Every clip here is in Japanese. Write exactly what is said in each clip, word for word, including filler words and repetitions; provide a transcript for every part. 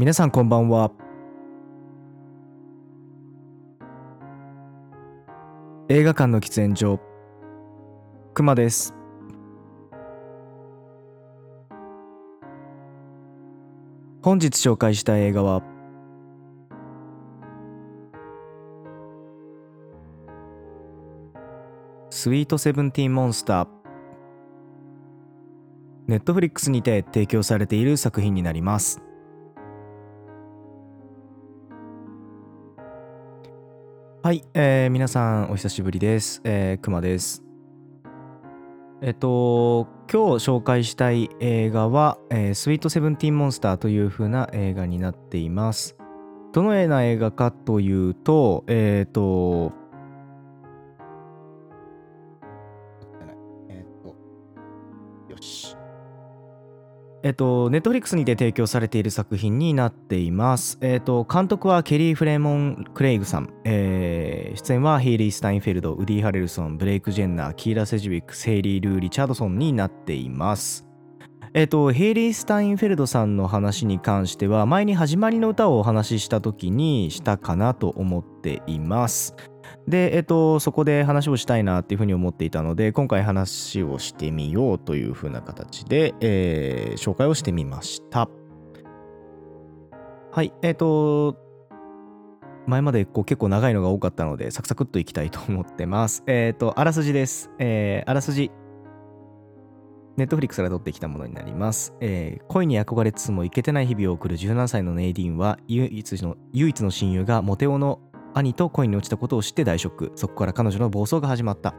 皆さんこんばんは。映画館の喫煙所、くまです。本日紹介した映画はスイートセブンティーンモンスター。ネットフリックスにて提供されている作品になります。はい、えー、皆さんお久しぶりです。えー、くまです。えっと今日紹介したい映画は、えー、スイートセブンティーンモンスターという風な映画になっています。どのような映画かというと、えっとえっとよしえっと、ネットフリックスにて提供されている作品になっています。えっと、監督はケリー・フレモン・クレイグさん。えー出演はヘイリー・スタインフェルド、ウディ・ハレルソン、ブレイク・ジェンナー、キーラ・セジウィック、セイリー・ルー・リチャードソンになっています。えっと、ヘイリー・スタインフェルドさんの話に関しては、前に始まりの歌をお話しした時にしたかなと思っています。で、えっと、そこで話をしたいなっていうふうに思っていたので、今回話をしてみようというふうな形で、えー紹介をしてみました。はい、えっと、前までこう結構長いのが多かったので、サクサクっといきたいと思ってます。えっと、あらすじです。えーあらすじ。ネットフリックスから取ってきたものになります。えー恋に憧れつつもイケてない日々を送るじゅうななさいのネイディーンは唯一の唯一の親友がモテオの兄と恋に落ちたことを知って大ショック。そこから彼女の暴走が始まった。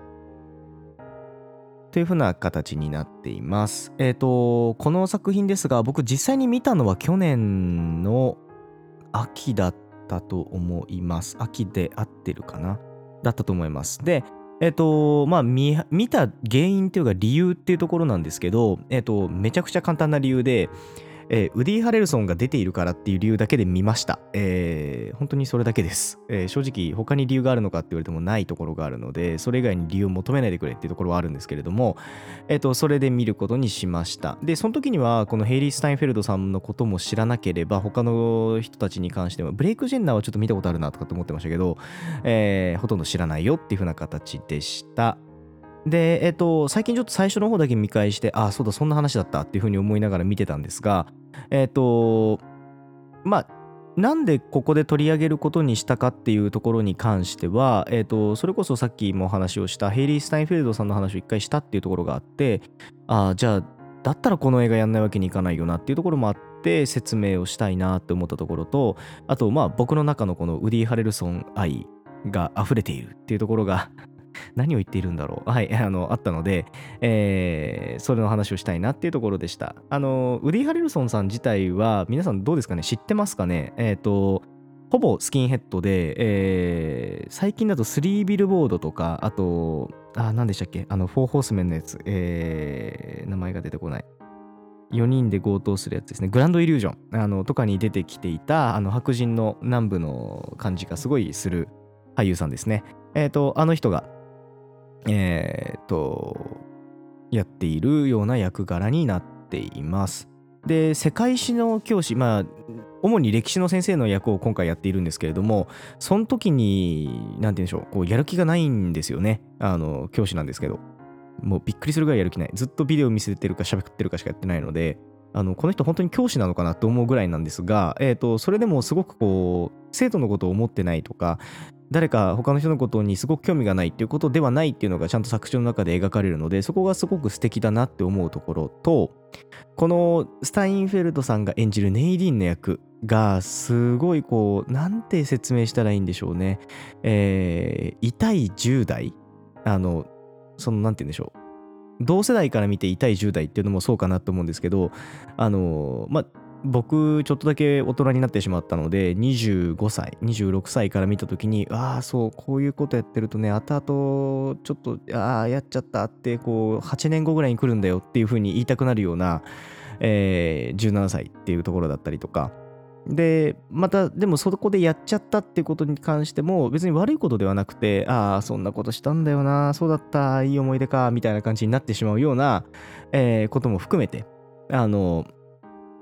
というふうな形になっています。えっと、この作品ですが、僕実際に見たのは去年の秋だったと思います。秋で合ってるかなだったと思います。で、えっと、まあ見、見た原因っていうか理由っていうところなんですけど、えっと、めちゃくちゃ簡単な理由で、えーウディ・ハレルソンが出ているからっていう理由だけで見ました。えー本当にそれだけです。えー正直他に理由があるのかって言われてもないところがあるので、それ以外に理由を求めないでくれっていうところはあるんですけれども、えっと、それで見ることにしました。で、その時にはこのヘイリー・スタインフェルドさんのことも知らなければ、他の人たちに関しては、ブレイク・ジェンナーはちょっと見たことあるなとかって思ってましたけど、えーほとんど知らないよっていう風な形でした。で、えっと、最近ちょっと最初の方だけ見返して、ああ、そうだ、そんな話だったっていう風に思いながら見てたんですが、えっと、まあ、なんでここで取り上げることにしたかっていうところに関しては、えっと、それこそさっきも話をしたヘイリー・スタインフェルドさんの話を一回したっていうところがあって、ああ、じゃあ、だったらこの映画やんないわけにいかないよなっていうところもあって説明をしたいなって思ったところと、あと、まあ、僕の中のこのウディ・ハレルソン愛が溢れているっていうところが何を言っているんだろう。はい、あの、あったので、えーそれの話をしたいなっていうところでした。あの、ウディ・ハレルソンさん自体は、皆さんどうですかね、知ってますかね。えっと、ほぼスキンヘッドで、えー最近だとスリービルボードとか、あと、あ、何でしたっけ、あの、フォーホースメンのやつ、えー名前が出てこない。よにんで強盗するやつですね。グランドイリュージョンあのとかに出てきていたあの白人の南部の感じがすごいする俳優さんですね。えっ、と、あの人が、えっ、と、やっているような役柄になっています。で、世界史の教師、まあ、主に歴史の先生の役を今回やっているんですけれども、その時に、なんて言うんでしょう、こうやる気がないんですよね。あの、教師なんですけど。もうびっくりするぐらいやる気ない。ずっとビデオ見せてるか喋ってるかしかやってないので、あの、この人本当に教師なのかなと思うぐらいなんですが、えっと、それでもすごくこう、生徒のことを思ってないとか、誰か他の人のことにすごく興味がないっていうことではないっていうのがちゃんと作中の中で描かれるので、そこがすごく素敵だなって思うところと、このスタインフェルドさんが演じるネイディーンの役がすごいこう、なんて説明したらいいんでしょうね。えー、痛いじゅう代あの、そのなんて言うんでしょう。同世代から見て痛いじゅう代っていうのもそうかなと思うんですけど、あの、まあ、僕ちょっとだけ大人になってしまったのでにじゅうごさいにじゅうろくさいから見た時に、ああそうこういうことやってるとね、後々ちょっとああやっちゃったってこうはちねんごぐらいに来るんだよっていう風に言いたくなるような、えーじゅうななさいっていうところだったりとかで、またでもそこでやっちゃったっていうことに関しても別に悪いことではなくて、ああそんなことしたんだよな、そうだった、いい思い出かみたいな感じになってしまうような、えーことも含めて、あの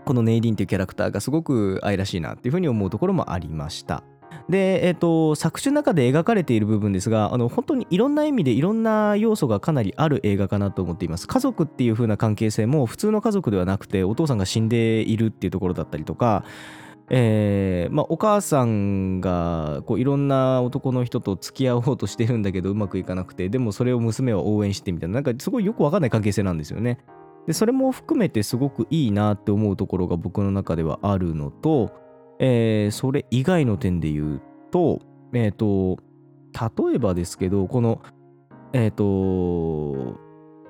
このネイリーンっていうキャラクターがすごく愛らしいなっていうふうに思うところもありました。で、えっと、作中の中で描かれている部分ですが、あの本当にいろんな意味でいろんな要素がかなりある映画かなと思っています。家族っていう風な関係性も普通の家族ではなくて、お父さんが死んでいるっていうところだったりとか、えーまあ、お母さんがこういろんな男の人と付き合おうとしてるんだけどうまくいかなくて、でもそれを娘は応援してみたいな、なんかすごいよくわかんない関係性なんですよね。でそれも含めてすごくいいなって思うところが僕の中ではあるのと、えーそれ以外の点で言うと、えっ、と例えばですけど、このえっ、と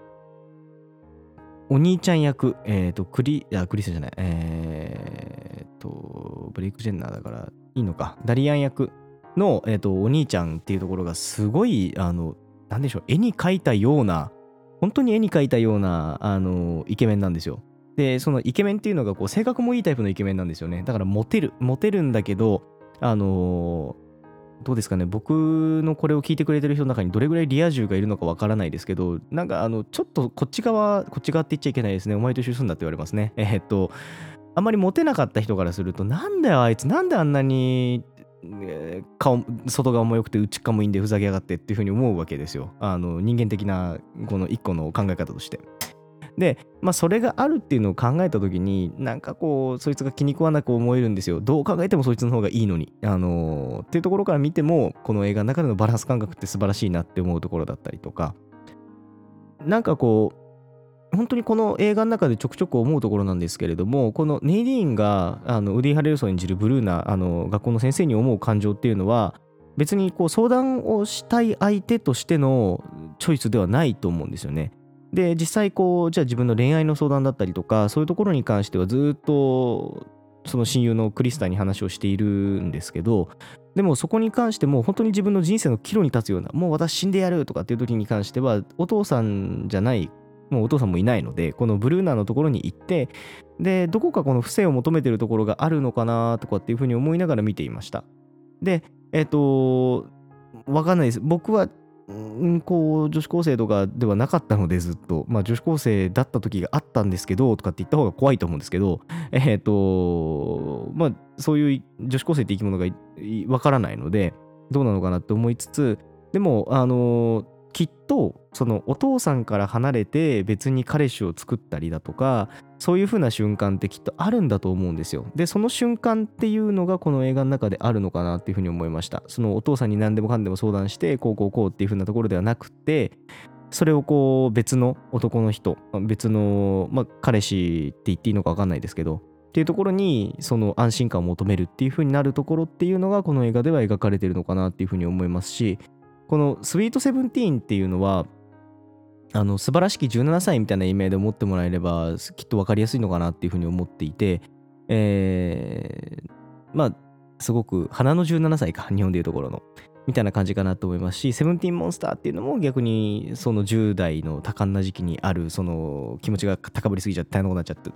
お兄ちゃん役、えっ、と、クリ、あ、クリスじゃない、えっ、と、ブレイクジェンナーだからいいのか、ダリアン役の、えっ、と、お兄ちゃんっていうところがすごい、あの、なんでしょう、絵に描いたような、本当に絵に描いたような、あの、イケメンなんですよ。で、そのイケメンっていうのが、こう、性格もいいタイプのイケメンなんですよね。だから、モテる、モテるんだけど、あのどうですかね、僕のこれを聞いてくれてる人の中にどれぐらいリア充がいるのかわからないですけど、なんかあの、ちょっとこっち側、こっち側って言っちゃいけないですね。お前と一緒に住んだって言われますね。えーっと、あんまりモテなかった人からすると、なんだよあいつ、なんであんなに、えー顔、外側も良くて内側もいいんでふざけやがってっていうふうに思うわけですよ。あの、人間的な、この一個の考え方として。で、まあ、それがあるっていうのを考えた時に、なんかこうそいつが気に食わなく思えるんですよ。どう考えてもそいつの方がいいのに、あのーっていうところから見ても、この映画の中でのバランス感覚って素晴らしいなって思うところだったりとか、なんかこう本当にこの映画の中でちょくちょく思うところなんですけれども、このネイリーンがあのウディ・ハレルソン演じるブルーナ、あの学校の先生に思う感情っていうのは、別にこう相談をしたい相手としてのチョイスではないと思うんですよね。で、実際こう、じゃあ自分の恋愛の相談だったりとか、そういうところに関してはずっとその親友のクリスタに話をしているんですけど、でもそこに関しても本当に自分の人生の岐路に立つような、もう私死んでやるとかっていう時に関しては、お父さんじゃない、もうお父さんもいないので、このブルーナーのところに行って、で、どこかこの不正を求めてるところがあるのかなとかっていうふうに思いながら見ていました。で、えっ、と、わかんないです。僕は、んこう、女子高生とかではなかったので、ずっと。まあ、女子高生だった時があったんですけど、とかって言った方が怖いと思うんですけど、えっ、と、まあ、そういう女子高生って生き物がいいわからないので、どうなのかなって思いつつ、でも、あのきっと、そのお父さんから離れて別に彼氏を作ったりだとか、そういう風な瞬間ってきっとあるんだと思うんですよ。で、その瞬間っていうのがこの映画の中であるのかなっていう風に思いました。そのお父さんに何でもかんでも相談して、こうこうこうっていう風なところではなくて、それをこう別の男の人、別の、まあ、彼氏って言っていいのか分かんないですけど、っていうところにその安心感を求めるっていう風になるところっていうのがこの映画では描かれてるのかなっていう風に思いますし、このスイートセブンティーンっていうのは、あの素晴らしきじゅうななさいみたいな意味で思ってもらえればきっと分かりやすいのかなっていうふうに思っていて、えー、まあすごく花のじゅうななさいか、日本でいうところのみたいな感じかなと思いますし、セブンティーンモンスターっていうのも逆にそのじゅう代の多感な時期にあるその気持ちが高ぶりすぎちゃって大変なことになっちゃって、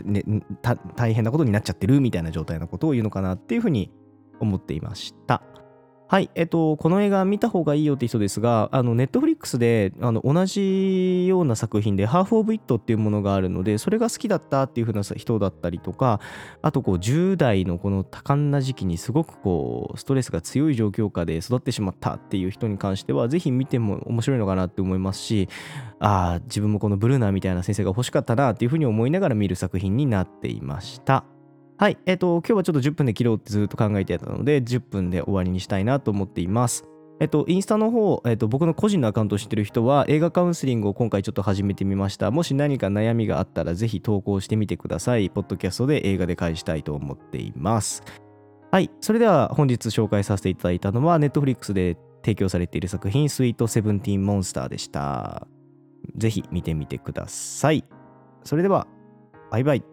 ね、た大変なことになっちゃってるみたいな状態のことを言うのかなっていうふうに思っていました。はい、えっと、この映画見た方がいいよって人ですが、あの、ネットフリックスで、あの、同じような作品で、ハーフ・オブ・イットっていうものがあるので、それが好きだったっていう風な人だったりとか、あと、こう、じゅう代のこの多感な時期にすごくこう、ストレスが強い状況下で育ってしまったっていう人に関しては、ぜひ見ても面白いのかなって思いますし、ああ、自分もこのブルーナーみたいな先生が欲しかったなっていう風に思いながら見る作品になっていました。はい。えっと、今日はちょっとじゅっぷんで切ろうってずっと考えてたので、じゅっぷんで終わりにしたいなと思っています。えっと、インスタの方、えっと、僕の個人のアカウントを知ってる人は、映画カウンセリングを今回ちょっと始めてみました。もし何か悩みがあったら、ぜひ投稿してみてください。ポッドキャストで映画で返したいと思っています。はい。それでは本日紹介させていただいたのは、Netflix で提供されている作品、スイートセブンティーンモンスターでした。ぜひ見てみてください。それでは、バイバイ。